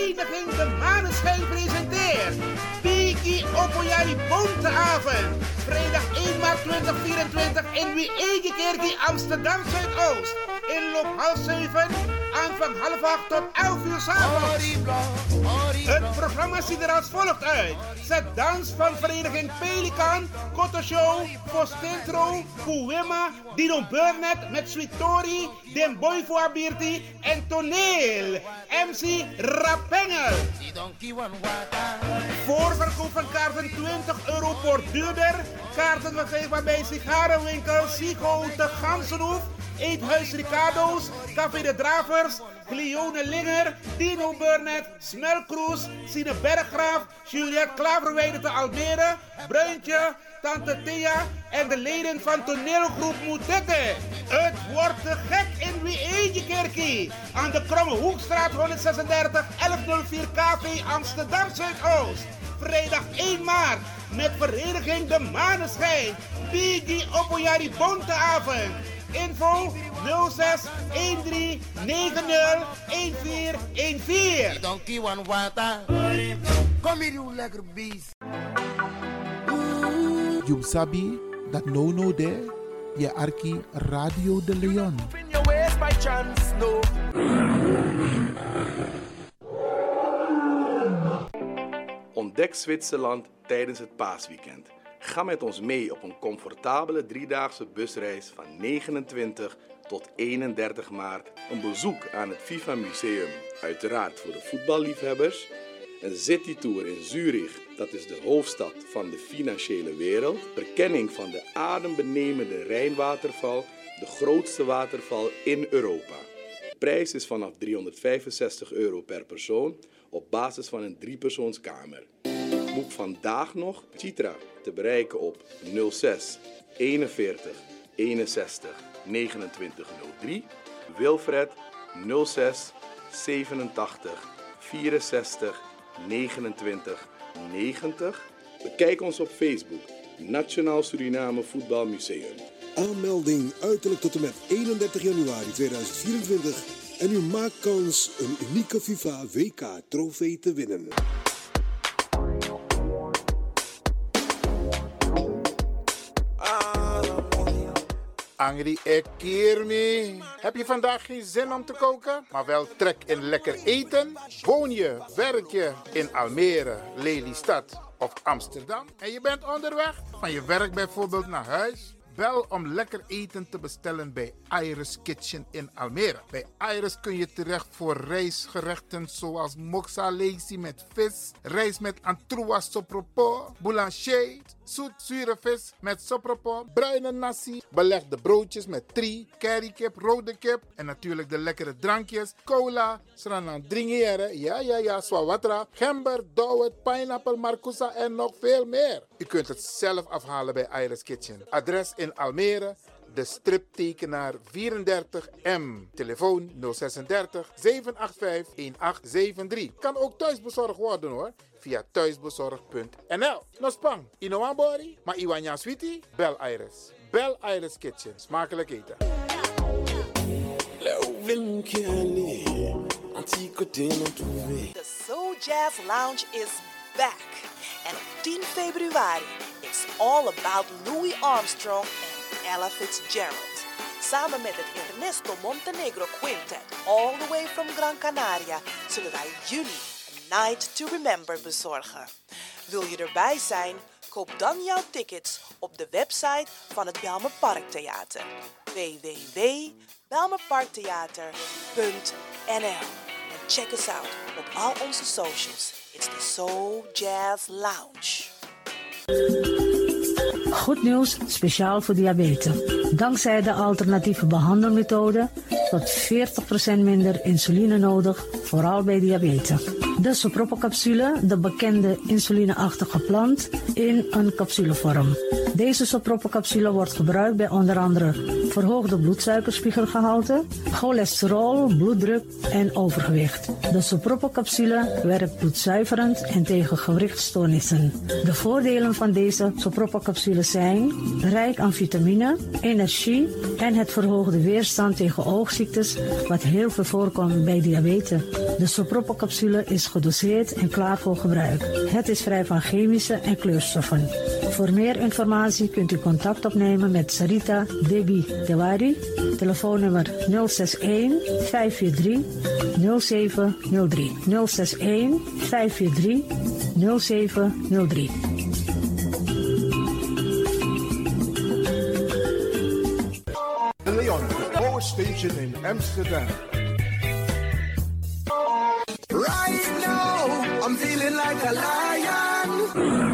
Vereniging De Maneschijn presenteert Biki Opoyari Bonteavond. Vrijdag 1 maart 2024 in Wiegekerkie Amsterdam Zuidoost. Inloop 6:30, aanvang 7:30 tot 11:00 s'avonds. Het programma ziet er als volgt uit. Zet dans van vereniging Pelikan, Koto Show, Postintro, Kuwema, Dino Burnett met Sweet Tori, Den Boy voor Abirti en toneel. MC Rapengel. Voorverkoop van kaarten €20 voor duurder. Kaarten verkrijgbaar bij sigarenwinkel Sigo te Gansenhoef, Eethuis Ricardo's, Café de Dravers, Glione Linger, Dino Burnett, Smelkroes, Sine Berggraaf, Juliette Klaverweide te Almere, Bruintje, Tante Thea en de leden van toneelgroep Moetette. Het wordt te gek in Wiegekerkie aan de Kromme Hoekstraat 136 1104 KV Amsterdam Zuidoost. Vrijdag 1 maart met vereniging De Maneschijn. Bigi Opoyari Bonteavond. Info 06 13 90 1414. Donkey one water. Kom hier, you lekker beest. You sabi that no there. Je arki Radio de Leon. Ontdek Zwitserland tijdens het paasweekend. Ga met ons mee op een comfortabele 3-daagse busreis van 29 tot 31 maart. Een bezoek aan het FIFA Museum, uiteraard voor de voetballiefhebbers. Een citytour in Zurich, dat is de hoofdstad van de financiële wereld. Verkenning van de adembenemende Rijnwaterval, de grootste waterval in Europa. De prijs is vanaf €365 per persoon op basis van een 3-persoonskamer. Boek vandaag nog Chitra te bereiken op 06 41 61 29 03. Wilfred 06 87 64 29 90. Bekijk ons op Facebook, Nationaal Suriname Voetbalmuseum. Aanmelding uiterlijk tot en met 31 januari 2024 en u maakt kans een unieke FIFA WK-trofee te winnen. Angry Ekirmi. Heb je vandaag geen zin om te koken, maar wel trek in lekker eten? Woon je, werk je in Almere, Lelystad of Amsterdam en je bent onderweg van je werk bijvoorbeeld naar huis? Bel om lekker eten te bestellen bij Iris Kitchen in Almere. Bij Iris kun je terecht voor rijstgerechten zoals moksa lazy met vis, rijst met antroas sopropo, boulanger, zoet-zure vis met sopropo, bruine nasi, belegde broodjes met tri, currykip, rode kip en natuurlijk de lekkere drankjes, cola, sranan dringere, ja, swawatra, gember, dowet, pineapple, marcousa en nog veel meer. U kunt het zelf afhalen bij Iris Kitchen. Adres in Almere, de striptekenaar 34M. Telefoon 036 785 1873. Kan ook thuisbezorgd worden hoor. Via thuisbezorg.nl. Nospang, Inoambori, maar Iwanya Sweetie, bel Iris. Bel Iris Kitchen. Smakelijk eten. The Soul Jazz Lounge is back. En op 10 februari, it's all about Louis Armstrong en Ella Fitzgerald. Samen met het Ernesto Montenegro Quintet, all the way from Gran Canaria, zullen wij jullie A Night to Remember bezorgen. Wil je erbij zijn? Koop dan jouw tickets op de website van het Bijlmer Parktheater. www.bijlmerparktheater.nl. En check us out op al onze socials. It's the Soul Jazz Lounge. Goed nieuws, speciaal voor diabetes. Dankzij de alternatieve behandelmethode tot 40% minder insuline nodig, vooral bij diabetes. De Sopropocapsule, de bekende insulineachtige plant, in een capsulevorm. Deze Sopropocapsule wordt gebruikt bij onder andere verhoogde bloedsuikerspiegelgehalte, cholesterol, bloeddruk en overgewicht. De Sopropocapsule werkt bloedzuiverend en tegen gewrichtstoornissen. De voordelen van deze Sopropocapsule zijn rijk aan vitamine, energie en het verhoogde weerstand tegen oogziektes, wat heel veel voorkomt bij diabetes. De Sopropocapsule is is gedoseerd en klaar voor gebruik. Het is vrij van chemische en kleurstoffen. Voor meer informatie kunt u contact opnemen met Sarita Debi Dewari. Telefoonnummer 061 543 0703. 061 543 0703. De Leon, Power Station in Amsterdam. Right now, I'm feeling like a lion.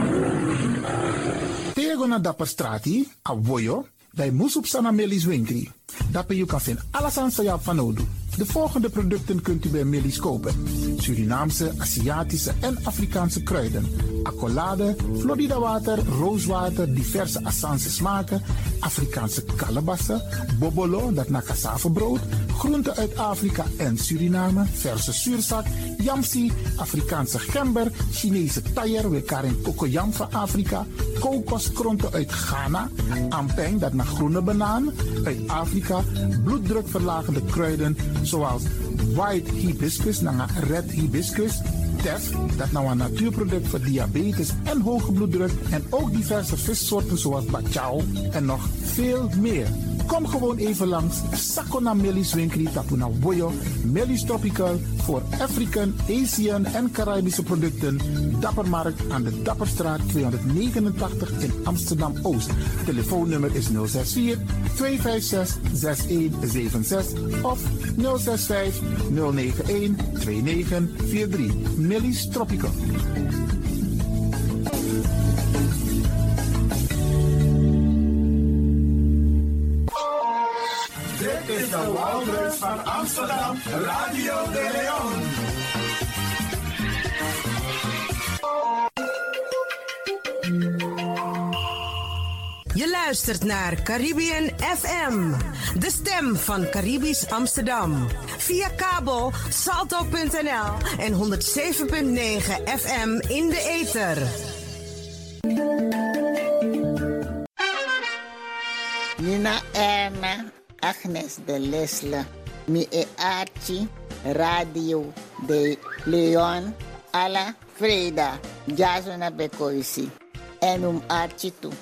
Tego na dapper strati, a voyo, dai musup sana Melis winkri. Dapper you kan vinden alles aan sa van nodu. De volgende producten kunt u bij Melis kopen: Surinaamse, Aziatische en Afrikaanse kruiden, accolade, Florida water, rooswater, diverse Assange smaken, Afrikaanse kalebassen, bobolo, dat na cassavebrood, groenten uit Afrika en Suriname, verse zuurzak, yamsi, Afrikaanse gember, Chinese taier, we karen kokoyam van Afrika, kokoskronten uit Ghana, ampeng, dat na groene banaan, uit Afrika, bloeddrukverlagende kruiden zoals white hibiscus, na red hibiscus, tef, dat nou een natuurproduct voor diabetes en hoge bloeddruk, en ook diverse vissoorten zoals bachao en nog veel meer. Kom gewoon even langs Sakona Melis Winkri Tapuna Boyo, Melis Tropical voor African, Asian en Caribische producten. Dappermarkt aan de Dapperstraat 289 in Amsterdam-Oost. Telefoonnummer is 064 256 6176 of 065 091 2943. Melis Tropical. Dit is de Wouders van Amsterdam, Radio de Leon. Je luistert naar Caribbean FM, de stem van Caribisch Amsterdam. Via kabel salto.nl en 107.9 FM in de ether. Nina Erna, Agnes de Lesle, mi e Archie, Radio de Leon, alla Freda, Jasona Bekoisi, en Archie toe.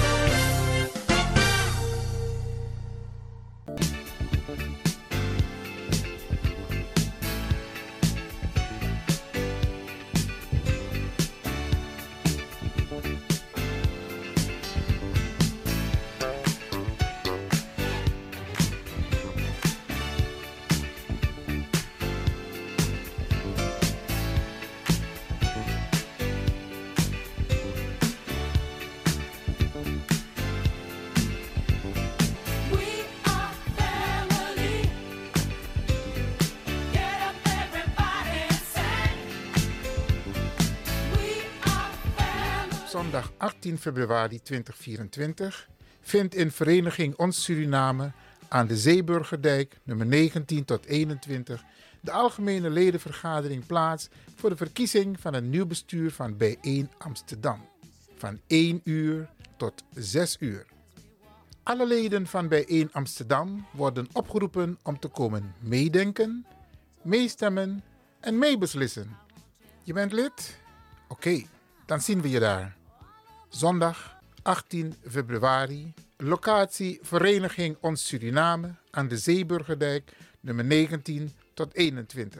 Zondag 18 februari 2024 vindt in Vereniging Ons Suriname aan de Zeeburgerdijk nummer 19 tot 21 de algemene ledenvergadering plaats voor de verkiezing van een nieuw bestuur van Bijeen Amsterdam van 1 uur tot 6 uur. Alle leden van Bijeen Amsterdam worden opgeroepen om te komen meedenken, meestemmen en meebeslissen. Je bent lid? Oké, dan zien we je daar. Zondag 18 februari, locatie Vereniging Ons Suriname aan de Zeeburgerdijk nummer 19 tot 21.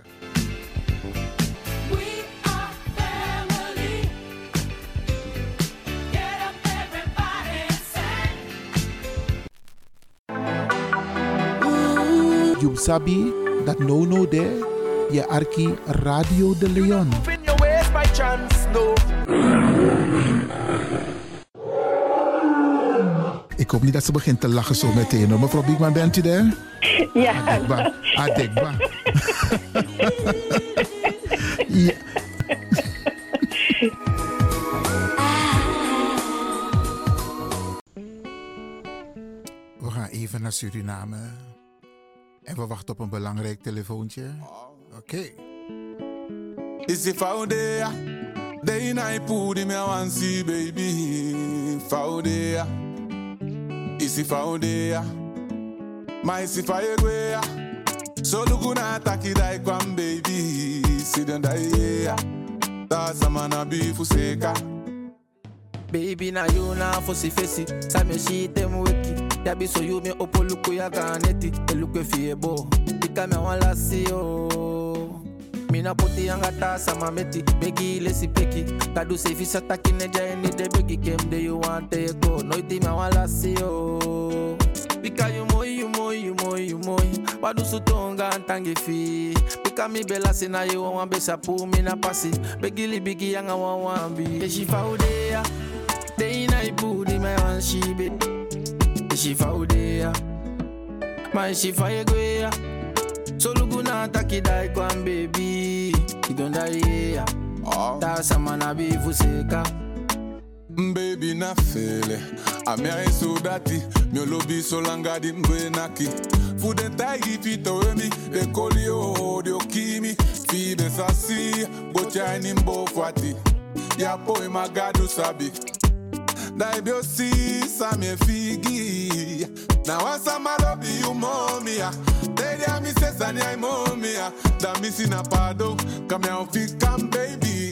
You sabi dat no there, je arki Radio de Leon. Ik hoop niet dat ze begint te lachen zo meteen. Hoor. Mevrouw Biekman, bent u daar? Ja. Adekba. Ja. We gaan even naar Suriname. En we wachten op een belangrijk telefoontje. Oké. Is it Faudea? Day night put me I see baby. Faudea. Is it Faudea? My si Faudea. So luguna taki dai kwam baby. Sidon dai ta samana bi fuseka. Baby na you na fosi fesi. Sa me shite mweki. Ya bi so you me opo luku ya ganeti. E luku fiebo. Ika me wala si yo. Mina poti anga ta sama meti. Begi lesi peki. Kadu se fisa taki neja eni de begi kem de you want te go. Noiti me wala si yo. Bika you moi. Wadu su tonga antangi fi. Bika mi bela sina you wan besa pu mina pasi. Begi li bigi anga wan bi. E she faudea. Day night booty my one she be. E she faudea. My she fire goya. So luguna taki dai kwan baby. You don't die yeah. Ta samana bi fuseka. Baby na fele. Ame a so dati. Mio lobi so langa di mbenaki. Fude taigi fito wemi. De kolio de okimi. Fi de sasi. Go chani mbo fati. Ya poi magadu sabi. Dai bio si sa me figi. Na wasa malobi you momia. Dedi a mi se sani ai momia. Da misi na pado. Come here fi come baby.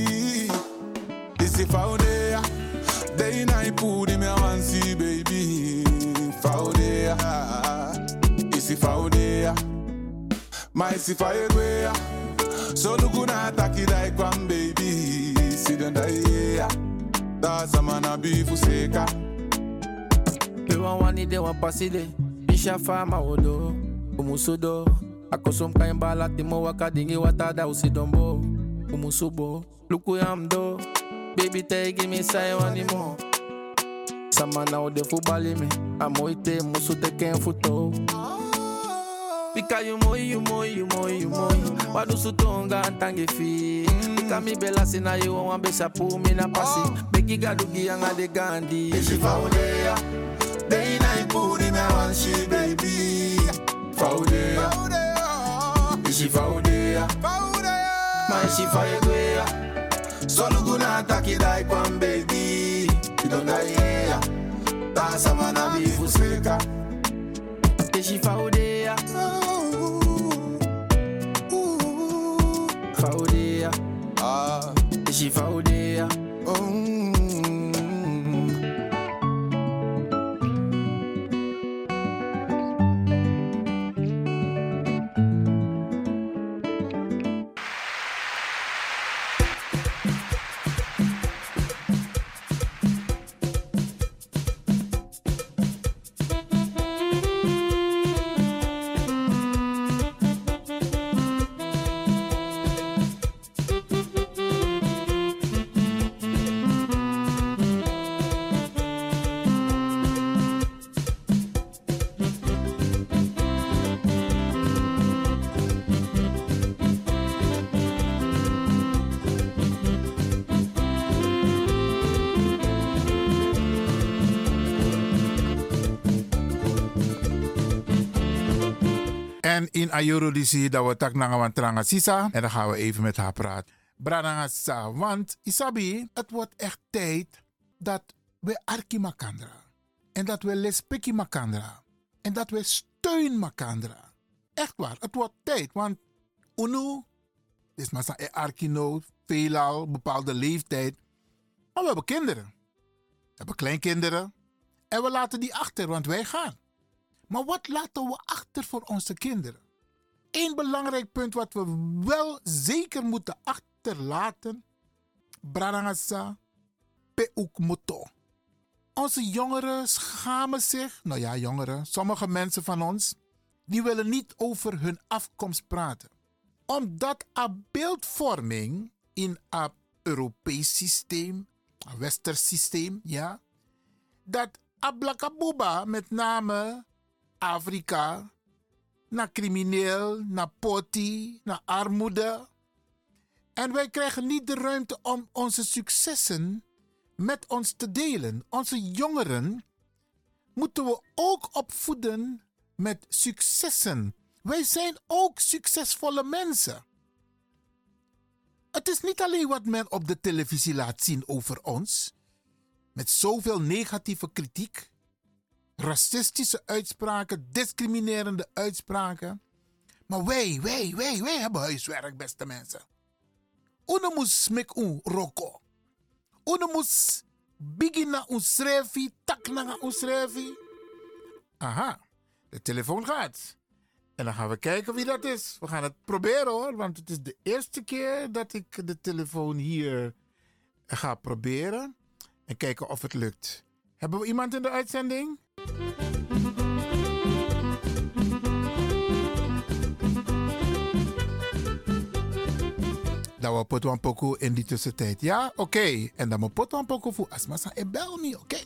Isi faudea. Day night pudi me avansi baby. Faudea. Isi faudea. Ma isi faedwea. So luguna taki dai kwam baby. Sidon dai da samana bi fuseka. Be wani de wan paside. Bisha fama odo. Umusudo. Akosom kain bala timo wakadingi watada usidombo. Umusubo. Luku yamdo. Baby take me say one more. Samana ode fubali me. Amoite musu te ken futo. Bika you moi. Wadu su tonga antangi fi. Bika mi bela sina you wan besa pu mina pasi. Begi gadu anga de gandi. She faudea. Day night booty me one she baby. Faudea. She faudea. My she faudea. So luguna taki dai kwam baby. You don't die yeah. Ta samana bi fuseka. She faudea. Faudea. She faudea. En in Ayoro disi dat we tak nanga wantranga sisa. En dan gaan we even met haar praten. Brananga sa, want Isabi, het wordt echt tijd dat we arki makandra. En dat we lespeki makandra. En dat we steun makandra. Echt waar, het wordt tijd. Want unu, is maar een arki no, veelal, bepaalde leeftijd. Maar we hebben kinderen. We hebben kleinkinderen. En we laten die achter, want wij gaan. Maar wat laten we achter voor onze kinderen? Eén belangrijk punt wat we wel zeker moeten achterlaten. Brarangasa peukmoto. Onze jongeren schamen zich. Nou ja, jongeren. Sommige mensen van ons. Die willen niet over hun afkomst praten. Omdat beeldvorming in een Europees systeem. Een Westers systeem, ja. Dat ablakabuba met name Afrika, naar crimineel, naar poti, naar armoede. En wij krijgen niet de ruimte om onze successen met ons te delen. Onze jongeren moeten we ook opvoeden met successen. Wij zijn ook succesvolle mensen. Het is niet alleen wat men op de televisie laat zien over ons, met zoveel negatieve kritiek, racistische uitspraken, discriminerende uitspraken. Maar wij hebben huiswerk, beste mensen. Uno moet smek un roko. Uno moet beginnen un schrijven, tak na un schrijven. Aha, de telefoon gaat. En dan gaan we kijken wie dat is. We gaan het proberen hoor, want het is de eerste keer dat ik de telefoon hier ga proberen. En kijken of het lukt. Hebben we iemand in de uitzending? Dan we poten een pokoe in die tussentijd. Ja, oké. En dan we poten een pokoe voor Asmasa en bel me, oké.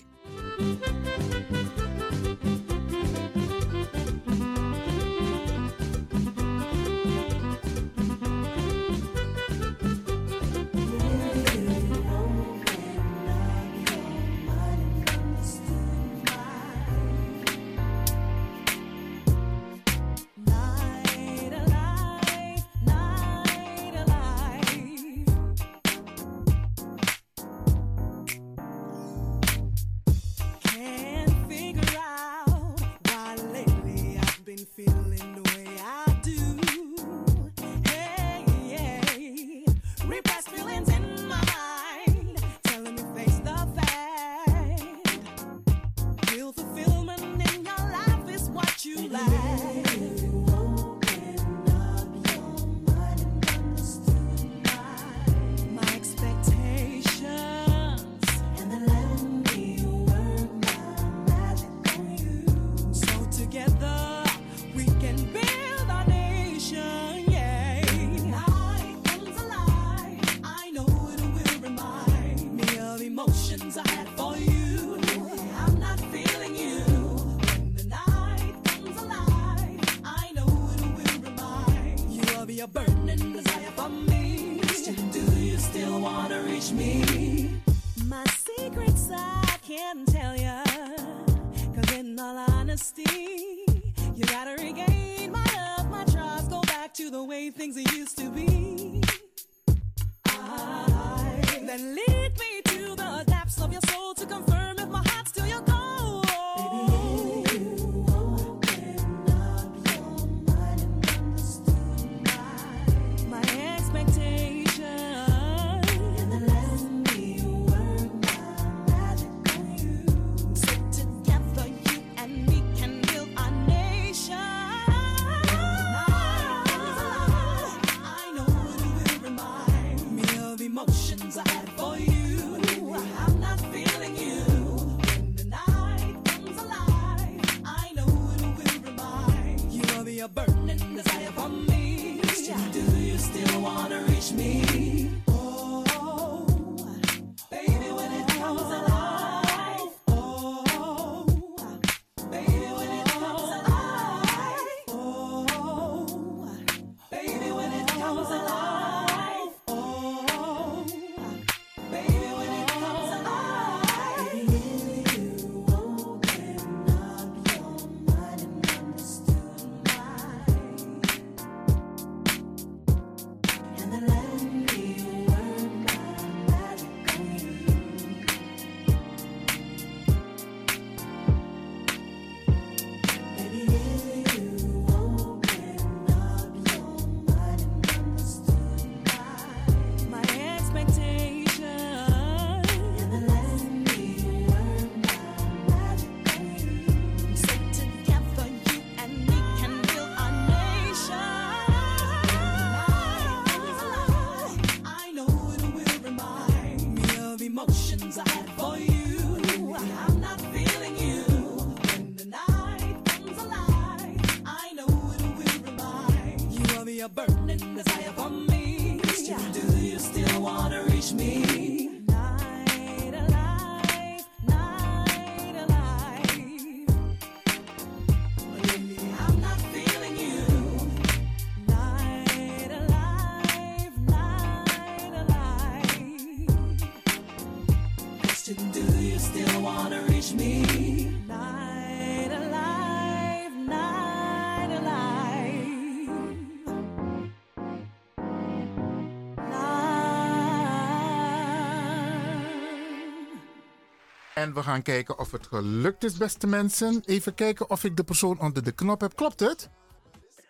En we gaan kijken of het gelukt is, beste mensen. Even kijken of ik de persoon onder de knop heb. Klopt het?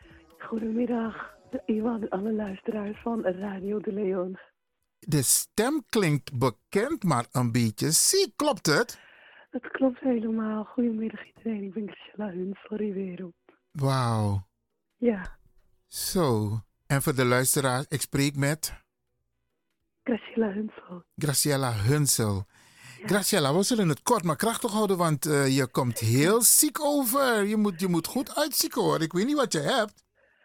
Goedemiddag, Iwan en alle luisteraars van Radio de Leon. De stem klinkt bekend, maar een beetje ziek. Klopt het? Het klopt helemaal. Goedemiddag iedereen. Ik ben Graciela Hunsel Rivero. Wauw. Ja. Zo. En voor de luisteraars, ik spreek met... Graciela Hunsel. Graciela Hunsel. Ja. Graciela, we zullen het kort maar krachtig houden, want je komt heel ziek over. Je moet goed uitzieken hoor. Ik weet niet wat je hebt.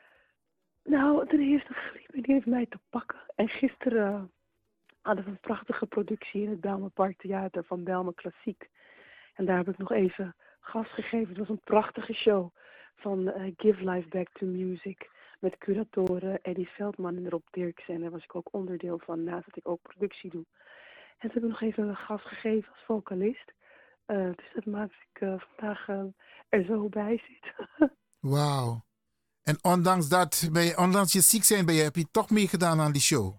Nou, ten eerste griep en die heeft mij te pakken. En gisteren hadden we een prachtige productie in het Bijlmer Parktheater van Bijlmer Klassiek. En daar heb ik nog even gas gegeven. Het was een prachtige show van Give Life Back to Music. Met curatoren Eddie Veldman en Rob Dirksen. En daar was ik ook onderdeel van, naast dat ik ook productie doe. En toen heb ik nog even gas gegeven als vocalist. Dus dat maakt dat ik vandaag er zo bij zit. Wauw. En ondanks je ziek zijn, heb je toch meegedaan aan die show?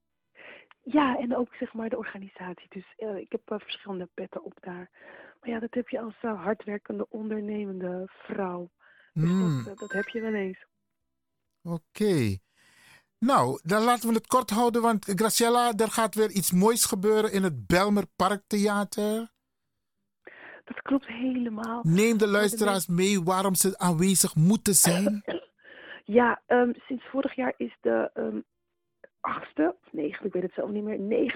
Ja, en ook zeg maar de organisatie. Dus ik heb verschillende petten op daar. Maar ja, dat heb je als hardwerkende, ondernemende vrouw. Dus dat heb je wel eens. Oké. Nou, dan laten we het kort houden, want Graciela, er gaat weer iets moois gebeuren in het Bijlmer Parktheater. Dat klopt helemaal. Neem de luisteraars mee waarom ze aanwezig moeten zijn. Ja, sinds vorig jaar is de 8e of 9e, ik weet het zelf niet meer,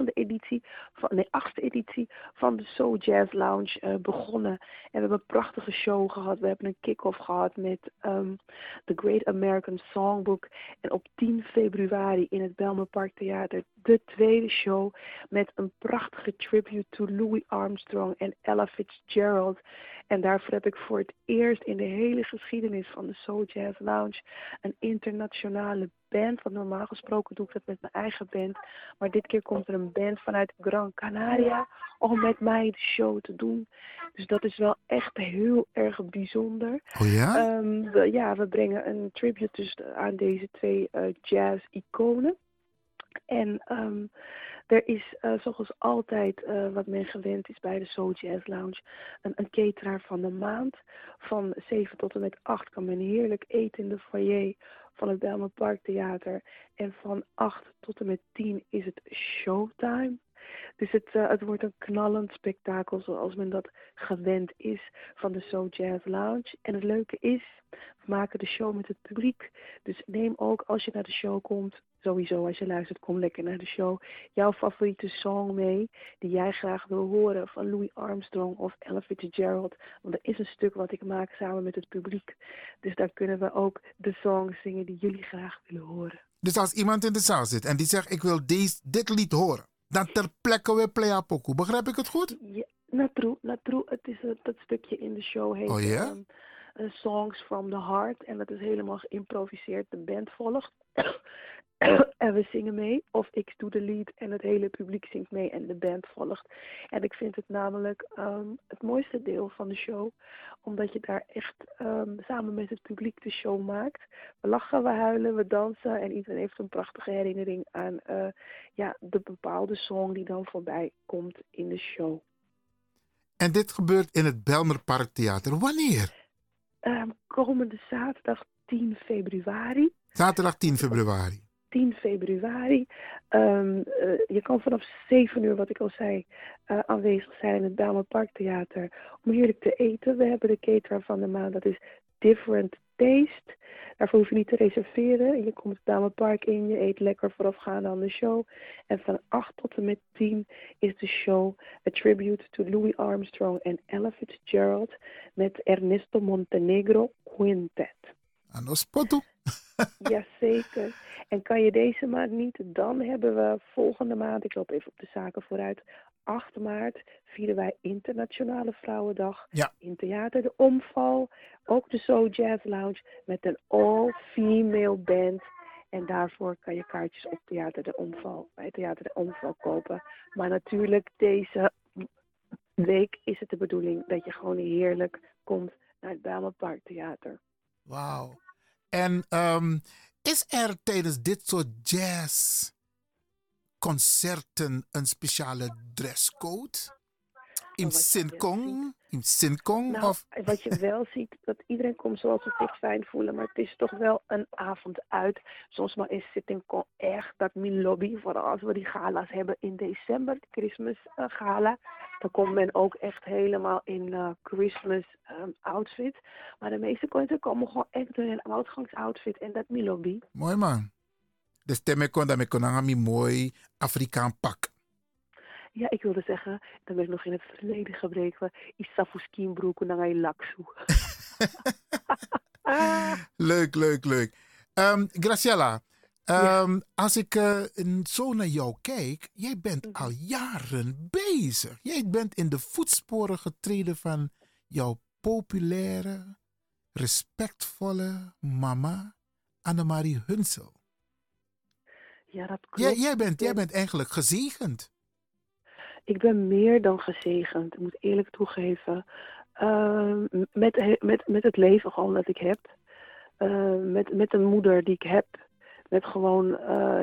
8e editie van de Soul Jazz Lounge begonnen. En we hebben een prachtige show gehad. We hebben een kick-off gehad met The Great American Songbook. En op 10 februari in het Bijlmer Parktheater de tweede show met een prachtige tribute to Louis Armstrong en Ella Fitzgerald. En daarvoor heb ik voor het eerst in de hele geschiedenis van de Soul Jazz Lounge een internationale band. Want normaal gesproken doe ik dat met mijn eigen band. Maar dit keer komt er een band vanuit Gran Canaria om met mij de show te doen. Dus dat is wel echt heel erg bijzonder. Oh ja? We brengen een tribute dus aan deze twee jazz-iconen. En er is, zoals altijd, wat men gewend is bij de Soul Jazz Lounge, een cateraar van de maand. Van 7 tot en met 8 kan men heerlijk eten in de foyer van het Bijlmer Parktheater. En van 8 tot en met 10 is het showtime. Dus het wordt een knallend spektakel zoals men dat gewend is van de Soul Jazz Lounge. En het leuke is, we maken de show met het publiek. Dus neem ook als je naar de show komt, sowieso als je luistert, kom lekker naar de show, jouw favoriete song mee die jij graag wil horen van Louis Armstrong of Ella Fitzgerald. Want er is een stuk wat ik maak samen met het publiek. Dus daar kunnen we ook de songs zingen die jullie graag willen horen. Dus als iemand in de zaal zit en die zegt ik wil dit lied horen, dan ter plekke weer play apoku. Begrijp ik het goed? Ja, Natru. Het is dat stukje in de show heet Songs from the Heart. En dat is helemaal geïmproviseerd. De band volgt. En we zingen mee. Of ik doe de lead en het hele publiek zingt mee en de band volgt. En ik vind het namelijk het mooiste deel van de show. Omdat je daar echt samen met het publiek de show maakt. We lachen, we huilen, we dansen. En iedereen heeft een prachtige herinnering aan de bepaalde song die dan voorbij komt in de show. En dit gebeurt in het Bijlmer Parktheater. Wanneer? Komende zaterdag 10 februari. Zaterdag 10 februari. 10 februari. Je kan vanaf 7 uur, wat ik al zei, aanwezig zijn in het Bijlmer Parktheater om heerlijk te eten. We hebben de cateraar van de maand, dat is Different Taste. Daarvoor hoef je niet te reserveren. Je komt het Bijlmer Park in, je eet lekker voorafgaande aan de show. En van 8 tot en met 10 is de show A Tribute to Louis Armstrong en Ella Fitzgerald met Ernesto Montenegro Quintet. Anospoto. Jazeker. En kan je deze maand niet, dan hebben we volgende maand, ik loop even op de zaken vooruit, 8 maart vieren wij Internationale Vrouwendag in Theater de Omval. Ook de Soul Jazz Lounge met een all-female band. En daarvoor kan je kaartjes op bij Theater de Omval kopen. Maar natuurlijk deze week is het de bedoeling dat je gewoon heerlijk komt naar het Bijlmer Parktheater. Wauw. En is er tijdens dit soort jazzconcerten een speciale dresscode? in Sinkong? Nou, Of? wat je wel ziet, dat iedereen komt zoals ze zich fijn voelen, maar het is toch wel een avond uit. Soms maar is Sinkong echt dat mijn lobby, vooral als we die gala's hebben in december, de Christmas gala. Dan komt men ook echt helemaal in Christmas outfit. Maar de meeste mensen komen gewoon echt in een uitgangsoutfit en dat mijn lobby. Mooi man. Dus stem kon dat ik een mooi Afrikaan pak. Ja, ik wilde zeggen, dan ben ik nog in het verleden gebreken. Isafu skinbroek en dan ga je laksu. Leuk. Graciela, als ik zo naar jou kijk, jij bent al jaren bezig. Jij bent in de voetsporen getreden van jouw populaire, respectvolle mama Annemarie Hunsel. Ja, dat klopt. Jij bent eigenlijk gezegend. Ik ben meer dan gezegend, ik moet eerlijk toegeven. Met het leven gewoon dat ik heb. Met de moeder die ik heb. Met gewoon,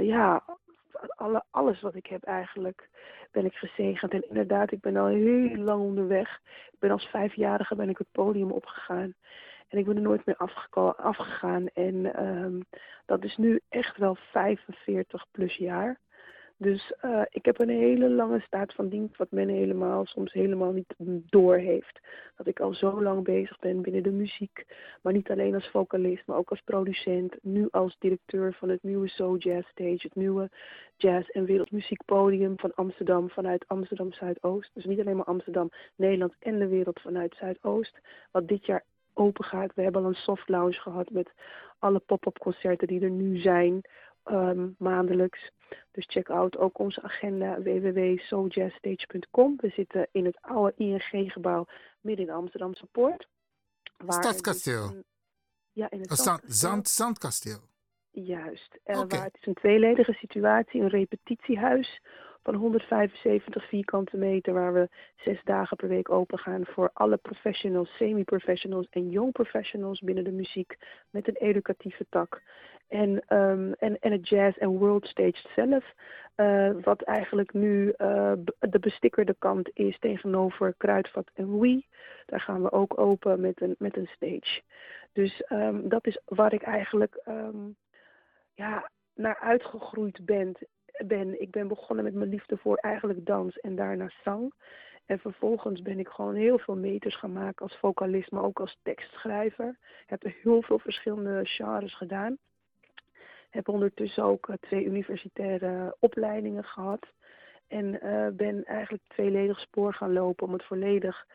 alles wat ik heb eigenlijk, ben ik gezegend. En inderdaad, ik ben al heel lang onderweg. Ik ben als 5-jarige ben ik het podium opgegaan. En ik ben er nooit meer afgegaan. En dat is nu echt wel 45 plus jaar. Dus ik heb een hele lange staat van dienst, wat men soms helemaal niet doorheeft. Dat ik al zo lang bezig ben binnen de muziek. Maar niet alleen als vocalist, maar ook als producent. Nu als directeur van het nieuwe So Jazz Stage, het nieuwe jazz- en wereldmuziekpodium van Amsterdam vanuit Amsterdam Zuidoost. Dus niet alleen maar Amsterdam, Nederland en de wereld vanuit Zuidoost. Wat dit jaar open gaat. We hebben al een soft lounge gehad met alle pop-up concerten die er nu zijn. Maandelijks. Dus check out ook onze agenda www.sojazzstage.com. We zitten in het oude ING-gebouw midden in de Amsterdamse Poort. Stadskasteel? Ja, in het Zandkasteel. Juist. Okay. Waar het is een tweeledige situatie, een repetitiehuis van 175 vierkante meter, waar we 6 dagen per week open gaan voor alle professionals, semi-professionals en young professionals binnen de muziek met een educatieve tak. En het jazz en world stage zelf, wat eigenlijk nu de bestikkerde kant is tegenover Kruidvat en Wii. Daar gaan we ook open met een stage. Dus dat is waar ik eigenlijk naar uitgegroeid ben. Ik ben begonnen met mijn liefde voor eigenlijk dans en daarna zang. En vervolgens ben ik gewoon heel veel meters gaan maken als vocalist, maar ook als tekstschrijver. Ik heb er heel veel verschillende genres gedaan. Heb ondertussen ook 2 universitaire opleidingen gehad. En ben eigenlijk tweeledig spoor gaan lopen om het volledig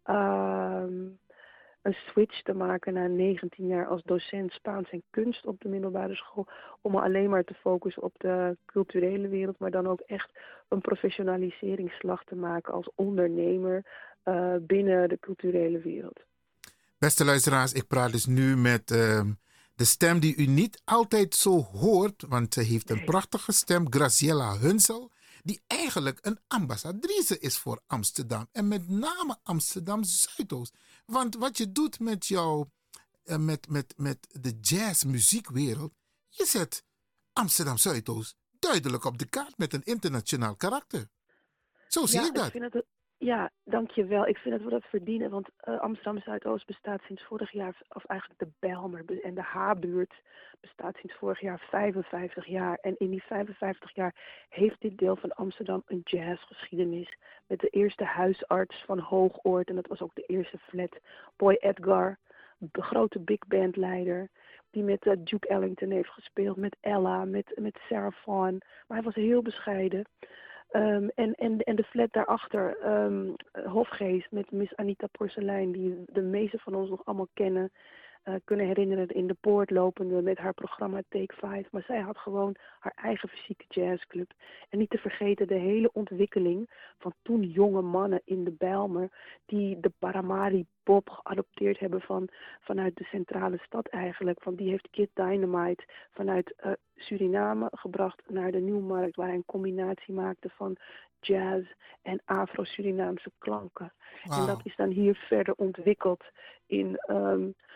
een switch te maken na 19 jaar als docent Spaans en kunst op de middelbare school. Om me alleen maar te focussen op de culturele wereld, maar dan ook echt een professionaliseringsslag te maken als ondernemer binnen de culturele wereld. Beste luisteraars, ik praat dus nu met de stem die u niet altijd zo hoort, want ze heeft een prachtige stem, Graciela Hunsel, die eigenlijk een ambassadrice is voor Amsterdam. En met name Amsterdam Zuidoost. Want wat je doet met jou, met de jazzmuziekwereld, je zet Amsterdam Zuidoost duidelijk op de kaart met een internationaal karakter. Zo zie ik dat. Ja, dankjewel. Ik vind dat we dat verdienen, want Amsterdam Zuidoost bestaat sinds vorig jaar, of eigenlijk de Bijlmer en de H-buurt bestaat sinds vorig jaar 55 jaar. En in die 55 jaar heeft dit deel van Amsterdam een jazzgeschiedenis. Met de eerste huisarts van Hoogoord, en dat was ook de eerste flat, Boy Edgar, de grote big band leider, die met Duke Ellington heeft gespeeld, met Ella, met Sarah Vaughan. Maar hij was heel bescheiden. En de flat daarachter, Hofgeest met Miss Anita Porcelein, die de meeste van ons nog allemaal kennen, kunnen herinneren in de poort lopende met haar programma Take 5. Maar zij had gewoon haar eigen fysieke jazzclub. En niet te vergeten de hele ontwikkeling van toen jonge mannen in de Bijlmer die de Paramari Bob geadopteerd hebben vanuit de centrale stad eigenlijk. Want die heeft Kid Dynamite vanuit Suriname gebracht naar de Nieuwmarkt, waar hij een combinatie maakte van jazz en Afro-Surinaamse klanken. Wow. En dat is dan hier verder ontwikkeld in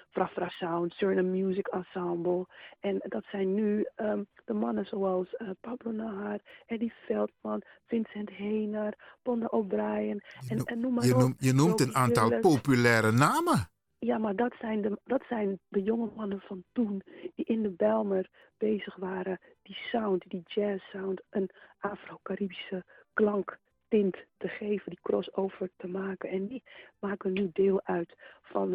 Frafra Sound, Suriname Music Ensemble. En dat zijn nu de mannen zoals Pablo Nahar, Eddie Veldman, Vincent Heener, Bonda O'Brien en noem maar op. Je noemt een aantal populaire namen. Ja, maar dat zijn de jonge mannen van toen die in de Bijlmer bezig waren. Die sound, die jazz sound, een Afro-Caribische klanktint te geven, die crossover te maken. En die maken nu deel uit van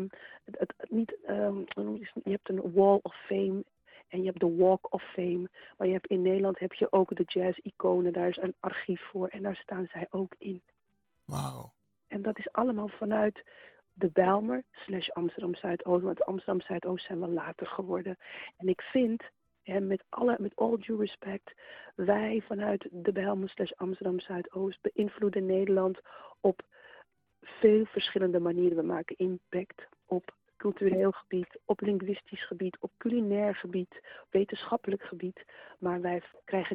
je hebt een Wall of Fame en je hebt de Walk of Fame. Maar in Nederland heb je ook de jazz-iconen, daar is een archief voor en daar staan zij ook in. Wauw. En dat is allemaal vanuit de Bijlmer / Amsterdam Zuidoost. Want Amsterdam Zuidoost zijn wel later geworden. En ik vind, met all due respect, wij vanuit de Bijlmer / Amsterdam Zuidoost beïnvloeden Nederland op veel verschillende manieren. We maken impact op cultureel gebied, op linguïstisch gebied, op culinair gebied, wetenschappelijk gebied. Maar wij krijgen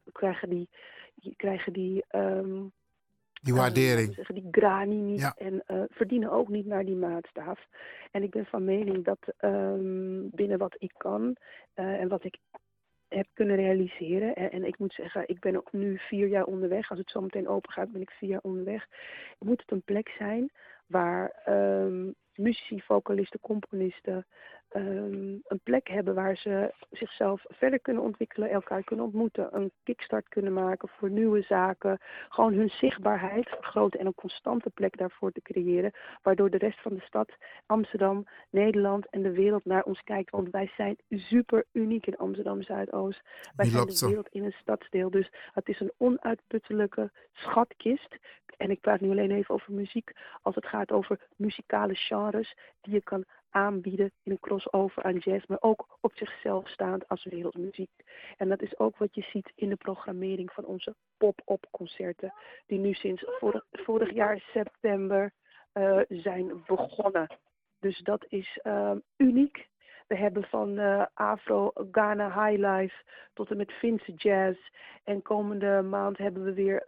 die waardering. Die grani niet en verdienen ook niet naar die maatstaaf. En ik ben van mening dat binnen wat ik kan en wat ik heb kunnen realiseren. En ik moet zeggen, ik ben ook nu 4 jaar onderweg. Als het zo meteen open gaat, ben ik 4 jaar onderweg. Moet het een plek zijn waar muzici, vocalisten, componisten een plek hebben waar ze zichzelf verder kunnen ontwikkelen, elkaar kunnen ontmoeten, een kickstart kunnen maken voor nieuwe zaken, gewoon hun zichtbaarheid vergroten en een constante plek daarvoor te creëren, waardoor de rest van de stad, Amsterdam, Nederland en de wereld naar ons kijkt. Want wij zijn super uniek in Amsterdam Zuidoost. Wij zijn de wereld in een stadsdeel. Dus het is een onuitputtelijke schatkist. En ik praat nu alleen even over muziek, als het gaat over muzikale genres die je kan aanbieden in een crossover aan jazz, maar ook op zichzelf staand als wereldmuziek. En dat is ook wat je ziet in de programmering van onze pop-up concerten, die nu sinds vorig jaar september zijn begonnen. Dus dat is uniek. We hebben van Afro Ghana Highlife tot en met Finse Jazz. En komende maand hebben we weer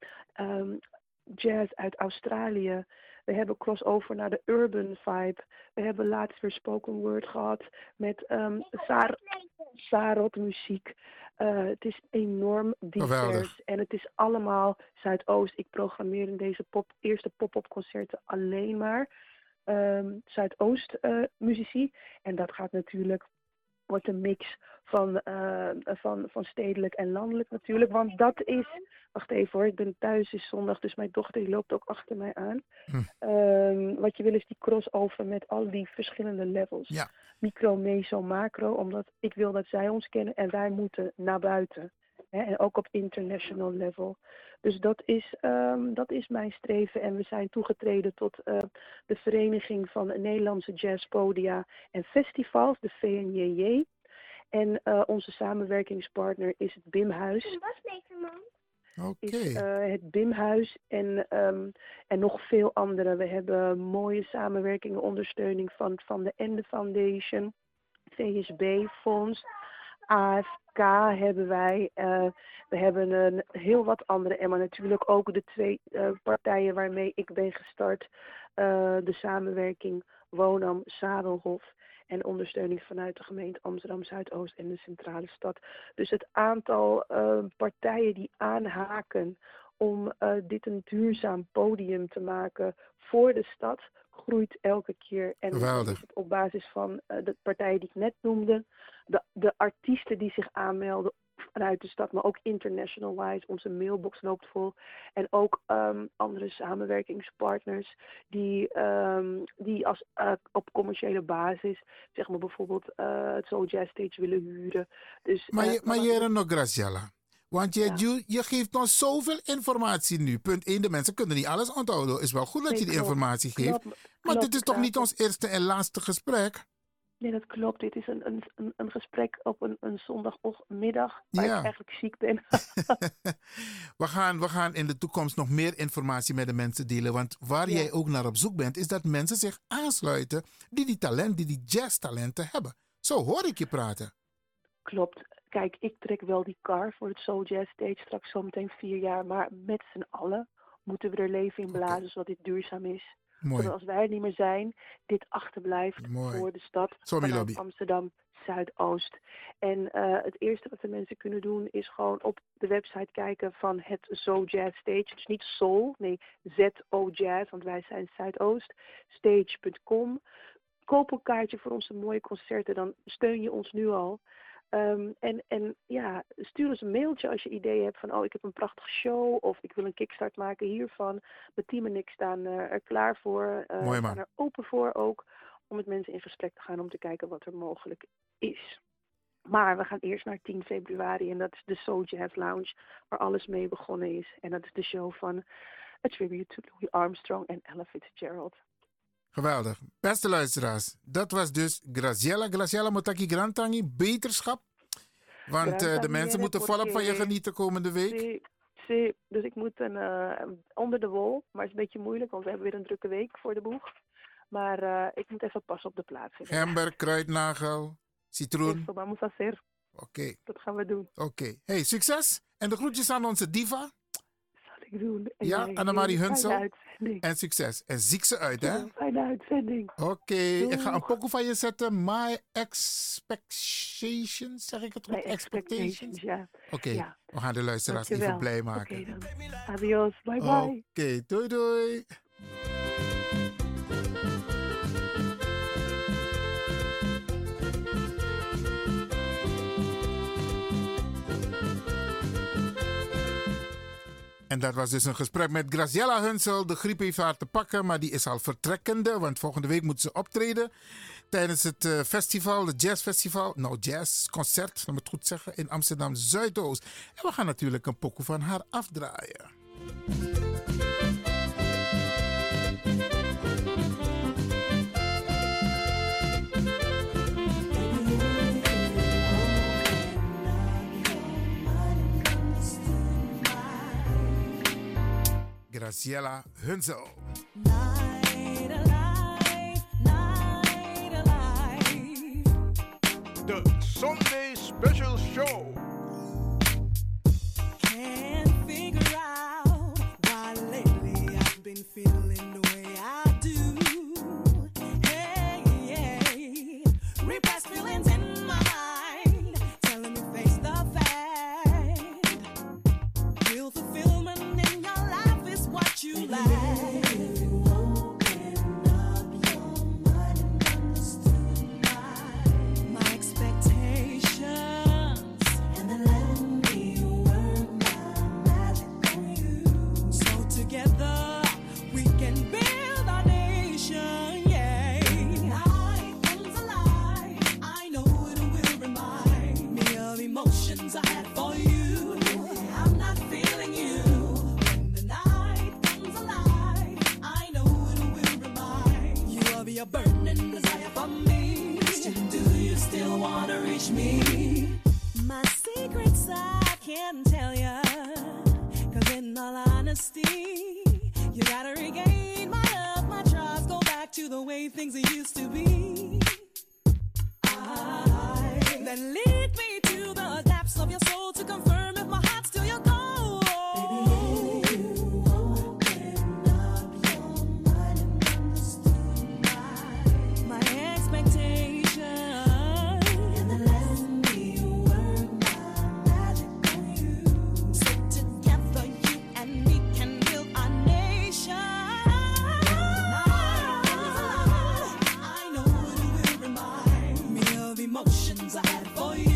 jazz uit Australië. We hebben crossover naar de urban vibe. We hebben laatst weer spoken word gehad met Sarot muziek. Het is enorm divers. En het is allemaal Zuidoost. Ik programmeer in deze eerste pop-up concerten alleen maar Zuidoost muzici. En dat gaat natuurlijk, wordt een mix van stedelijk en landelijk natuurlijk. Want dat is, wacht even hoor, ik ben thuis, is zondag, dus mijn dochter die loopt ook achter mij aan. Wat je wil is die crossover met al die verschillende levels. Ja. Micro, meso, macro, omdat ik wil dat zij ons kennen en wij moeten naar buiten. Hè? En ook op international level. Dus dat is mijn streven. En we zijn toegetreden tot de Vereniging van Nederlandse Jazzpodia en Festivals, de VNJJ. En onze samenwerkingspartner is het BIM-huis. Is het BIM-huis en nog veel andere. We hebben mooie samenwerkingen, ondersteuning van de Ende Foundation, VSB-fonds, AFK hebben wij. We hebben heel wat andere. En maar natuurlijk ook de 2 partijen waarmee ik ben gestart. De samenwerking Wonam, Zadelhof. En ondersteuning vanuit de gemeente Amsterdam Zuidoost en de centrale stad. Dus het aantal partijen die aanhaken om dit een duurzaam podium te maken voor de stad groeit elke keer. En dat is het op basis van de partijen die ik net noemde, de artiesten die zich aanmelden vanuit de stad, maar ook international-wise. Onze mailbox loopt vol. En ook andere samenwerkingspartners die als op commerciële basis, zeg maar bijvoorbeeld het Soul Jazz Stage willen huren. Dus, maar Jere nog Graciela. Want je geeft ons zoveel informatie nu. Punt 1, de mensen kunnen niet alles onthouden. Het is wel goed dat je die informatie geeft. Maar dit is toch niet ons eerste en laatste gesprek? Nee, dat klopt. Dit is een gesprek op een zondagmiddag waar ik eigenlijk ziek ben. We gaan in de toekomst nog meer informatie met de mensen delen. Want waar jij ook naar op zoek bent, is dat mensen zich aansluiten die jazztalenten hebben. Zo hoor ik je praten. Klopt. Kijk, ik trek wel die kar voor het Soul Jazz Stage straks zometeen 4 jaar. Maar met z'n allen moeten we er leven in blazen zodat dit duurzaam is. Mooi. Zodat als wij er niet meer zijn, dit achterblijft voor de stad van Amsterdam Zuidoost. En het eerste wat de mensen kunnen doen is gewoon op de website kijken van het Zo Jazz Stage. Dus niet Soul, nee ZO Jazz, want wij zijn Zuidoost. Stage.com. Koop een kaartje voor onze mooie concerten, dan steun je ons nu al. En ja, stuur eens een mailtje als je ideeën hebt van, ik heb een prachtige show of ik wil een kickstart maken hiervan. Mijn team en ik staan er klaar voor. We staan er open voor ook om met mensen in gesprek te gaan om te kijken wat er mogelijk is. Maar we gaan eerst naar 10 februari en dat is de Soul Jazz Lounge waar alles mee begonnen is. En dat is de show van A Tribute to Louis Armstrong en Ella Fitzgerald. Geweldig. Beste luisteraars, dat was dus Graciela Motaki Grantangi, beterschap. Want de mensen moeten volop van je genieten komende week. Dus ik moet onder de wol, maar het is een beetje moeilijk, want we hebben weer een drukke week voor de boeg. Maar ik moet even passen op de plaats. Gember, kruidnagel, citroen. Oké. Dat gaan we doen. Oké. Hey, succes. En de groetjes aan onze diva. Ik doen. Ja, Annemarie Hunsel. En succes. En ziek ze uit, hè? Fijne uitzending. Oké, ik ga een pokoe van je zetten. My Expectations, zeg ik het goed? Expectations, ja. Oké, we gaan de luisteraars even blij maken. Oké, dan. Adios, bye bye. Oké, doei doei. En dat was dus een gesprek met Graciela Hunsel. De griep heeft haar te pakken, maar die is al vertrekkende. Want volgende week moet ze optreden tijdens het festival, het jazzfestival. Nou, jazzconcert, laat me het goed zeggen, in Amsterdam Zuidoost. En we gaan natuurlijk een pokoe van haar afdraaien. Graciela Hunsel. The Sunday Special Show. Can't figure out why lately I've been feeling the way I do. Hey, hey, repressed feelings in my mind, telling me face the fact. Real fulfillment in your life is what you like. Emotions I had for you, I'm not feeling you. When the night comes alive, I know it will remind you of your burning desire for me. Do you still want to reach me? My secrets I can't tell ya, 'cause in all honesty, you gotta regain my love, my trust, go back to the way things used to be. Then lead me to the depths of your soul to confirm if my heart's still your goal. Baby, you open up your mind and understood my expectation, and then let me work my magic on you. So together you and me can build a nation. I know it will remind me of emotions I had for you.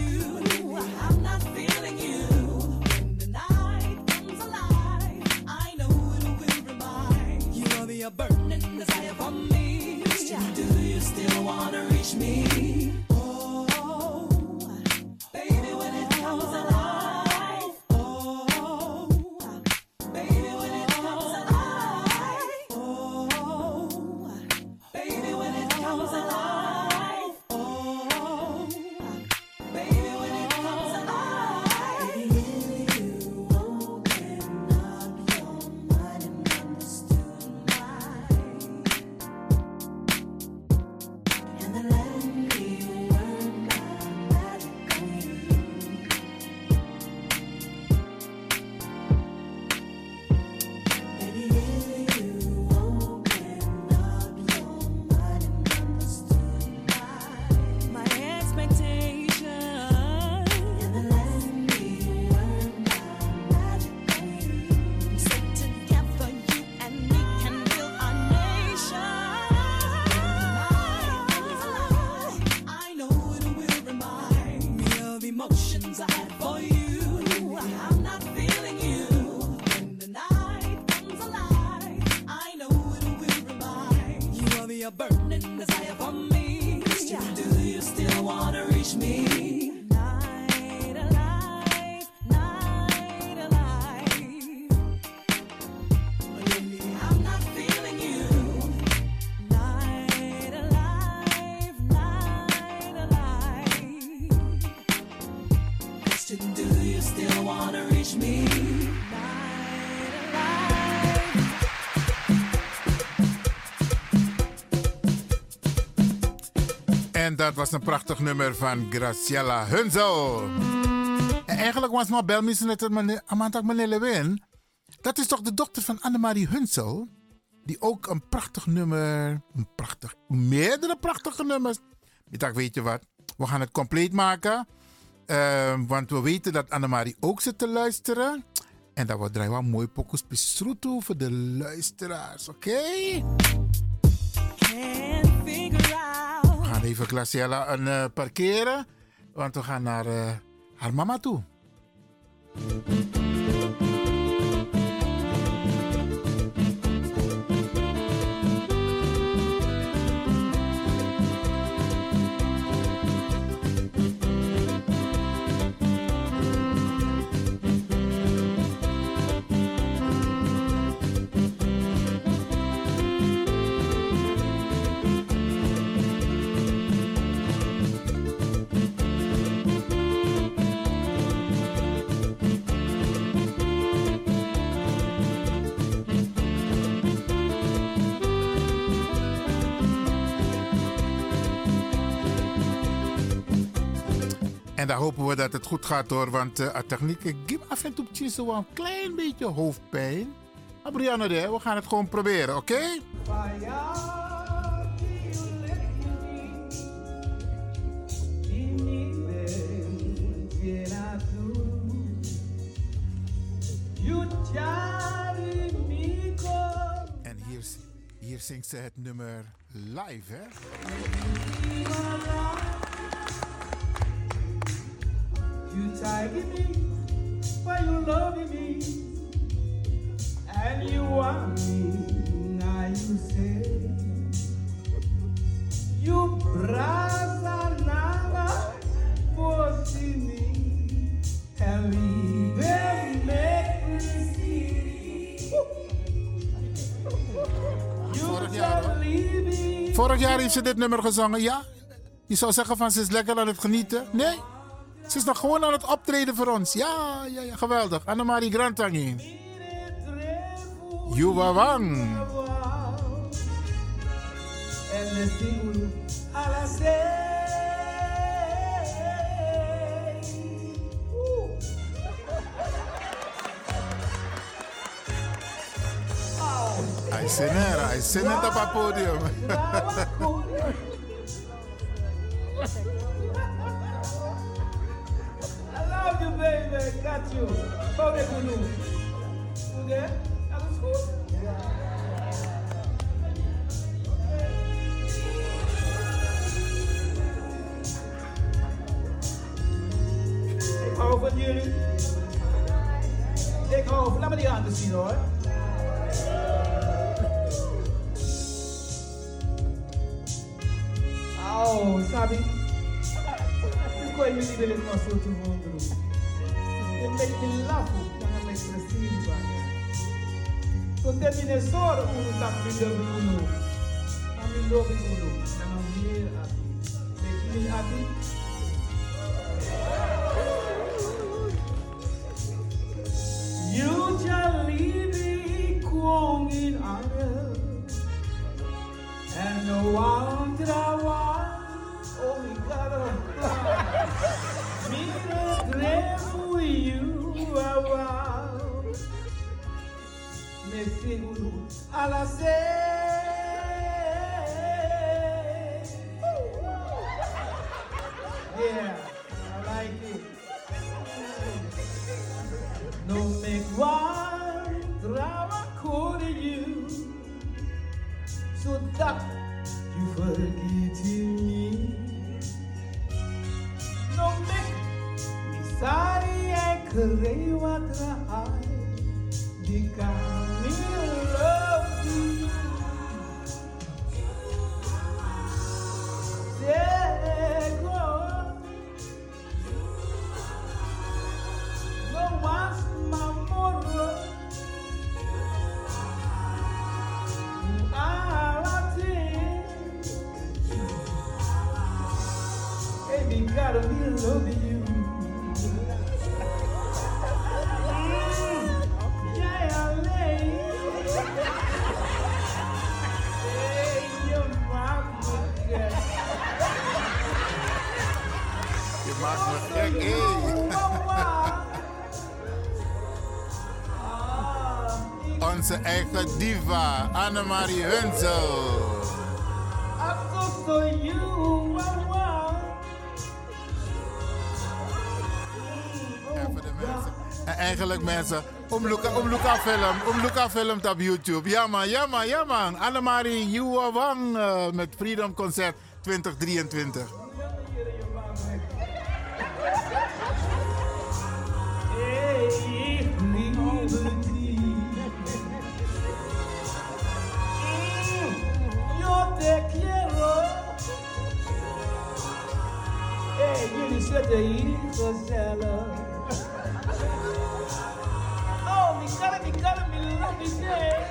dat was een prachtig nummer van Graciela Hunzel. En eigenlijk was nog bel mensen net Amanda Manelewin. Dat is toch de dochter van Annemarie Hunzel? Die ook een prachtig nummer, meerdere prachtige nummers. Ik dacht, weet je wat, we gaan het compleet maken. Want we weten dat Annemarie ook zit te luisteren. En dat wordt draaien wel mooi pokus besroeto voor de luisteraars, oké? We gaan even Graciela parkeren, want we gaan naar haar mama toe. En daar hopen we dat het goed gaat hoor, want de techniek geeft af en toe wel een klein beetje hoofdpijn. Maar Brianna, we gaan het gewoon proberen, oké? En hier zingt ze het nummer live, hè? You tagging me, but you loving me, and you want me. Now you say you brasa nada for me, and we make me see. Vorig jaar heeft ze dit nummer gezongen, ja? Je zou zeggen van ze is lekker aan het genieten. Nee? Ze is nog gewoon aan het optreden voor ons. Ja, geweldig. Annemarie Grantangi. Yuwa Wang. Hij zit net op het podium. Love you, baby. Got you. Go there, Gulu. Okay? Dat is goed. Ik hou van jullie. Ik hou van... Laat me die handen zien, hoor. Oh, sabi? Koi me libele kwa sotu vondru. It make me laugh. Nanga me expressive ba. So termine soro unu tak video unu. Ami love unu. Nanga here happy. Make me happy. You just leave me kwong in anger. And no one that oh my God, me regret for you, me seguro a la yeah, I like it. No make one drama call you, so that you forget me. No make me sorry I create what I because me love you. Yeah, go. No one's my mother. Baby, gotta be loving you. Onze eigen diva, Annemarie Hunsel. Even de mensen. En eigenlijk mensen, Omluka filmt op YouTube. Ja man. Annemarie Yuwa Wang met Freedom Concert 2023. Te quiero. Jullie zitten hier gezellig. Oh, mi cara, mi love is there.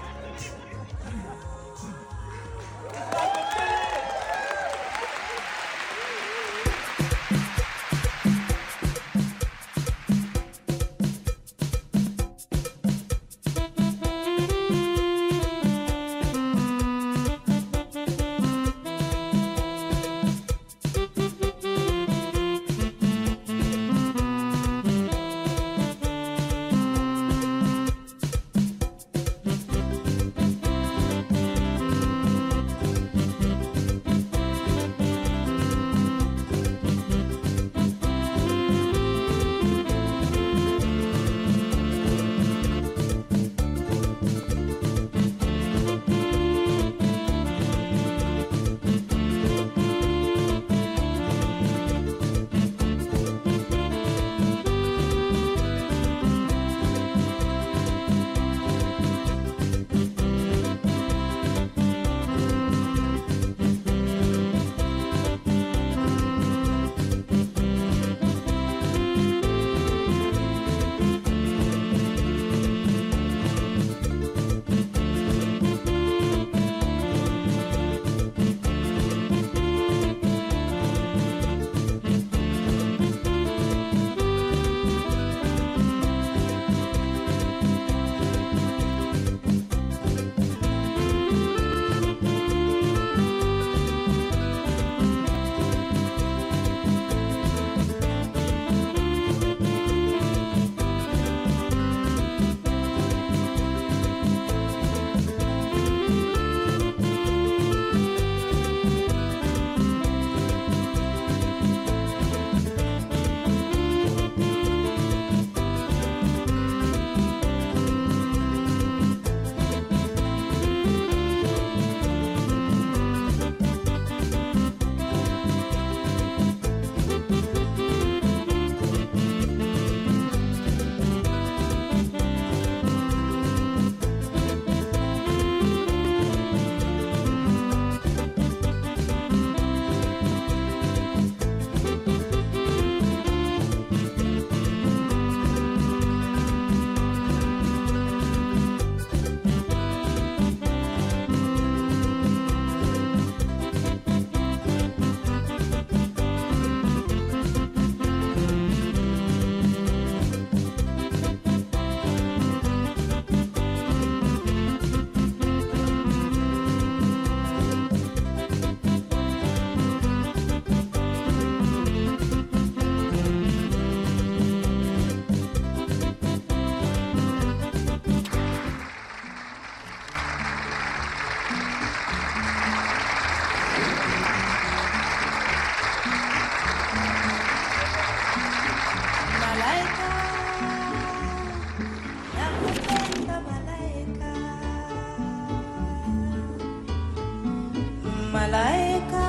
malaika,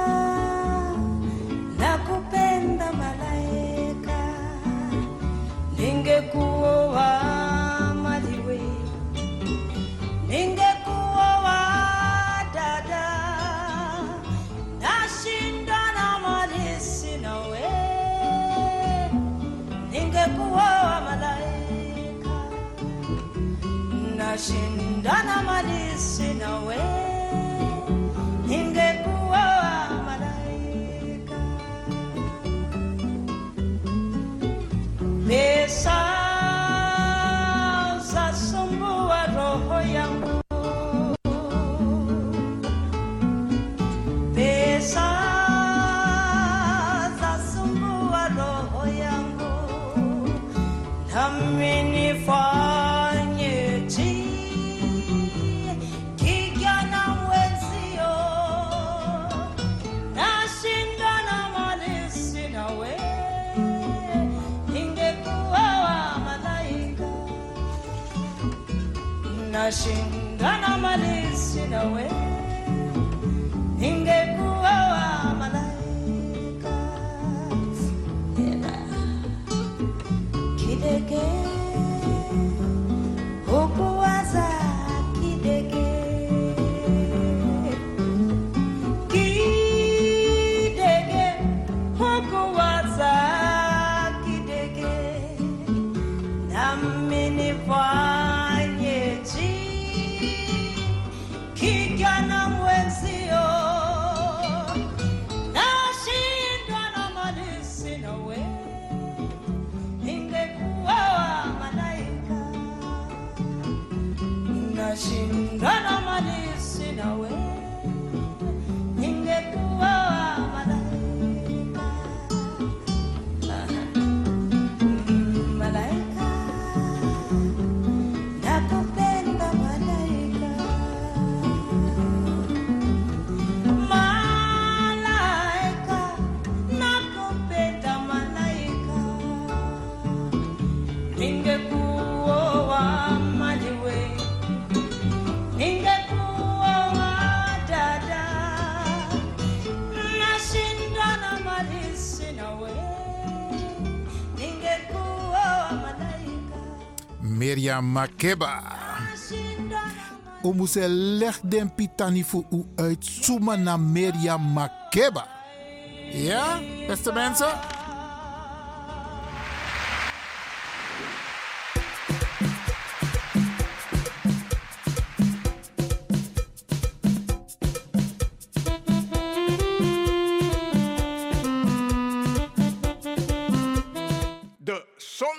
nakupenda malaika, ningekuoa maliwe, ningekuoa dada, nashindana malisi nawe, ningekuoa malaika, nashindana malisi nawe. Ningekuwa malaika, pesa zasumbua roho yangu, pesa zasumbua roho yangu, nami nifanyeje? nashindana malisi nawe ningekuwa wa malaika ela kidege hukuwaza kidege kidege hukuwaza kidege nami nifanyeje kijana mwenzio nashindwa na malisi nawe ningekuwa wa malaika nashindwa na malisi nawe ningekuwa wa malaika malaika nakupenda malaika malaika nakupenda malaika ningekuwa maliwe ningekuwa dada nashindana malisi nawe ningekuwa malaika Miriam Makeba. O moest leg den pitani voor u uit Suma naar Miriam Makeba. Ja, beste mensen? De zon.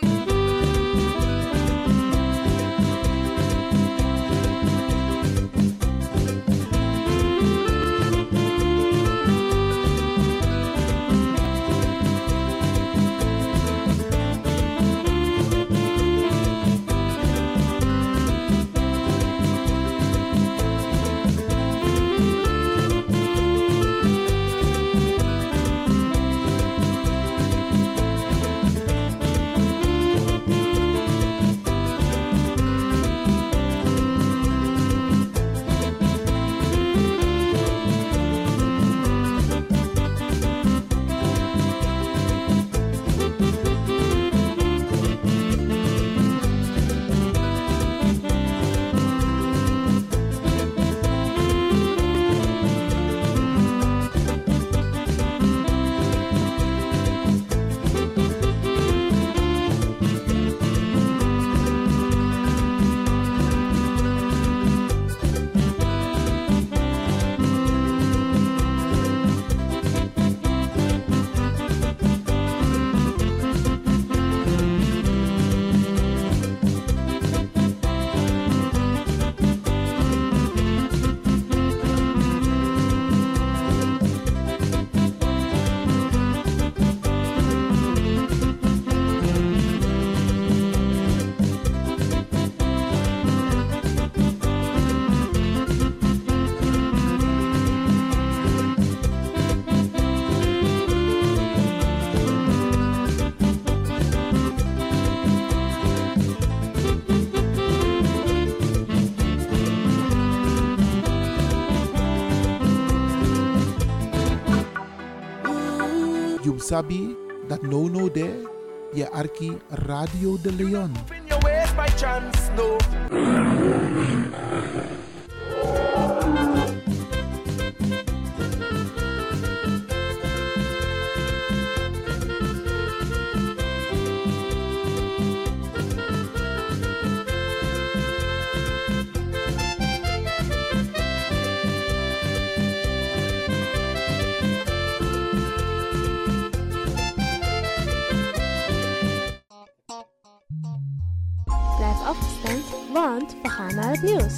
You sabi that no there, je arki Radio de Leon. In your ways by chance, no. Blijf afgestemd, want we gaan naar het nieuws.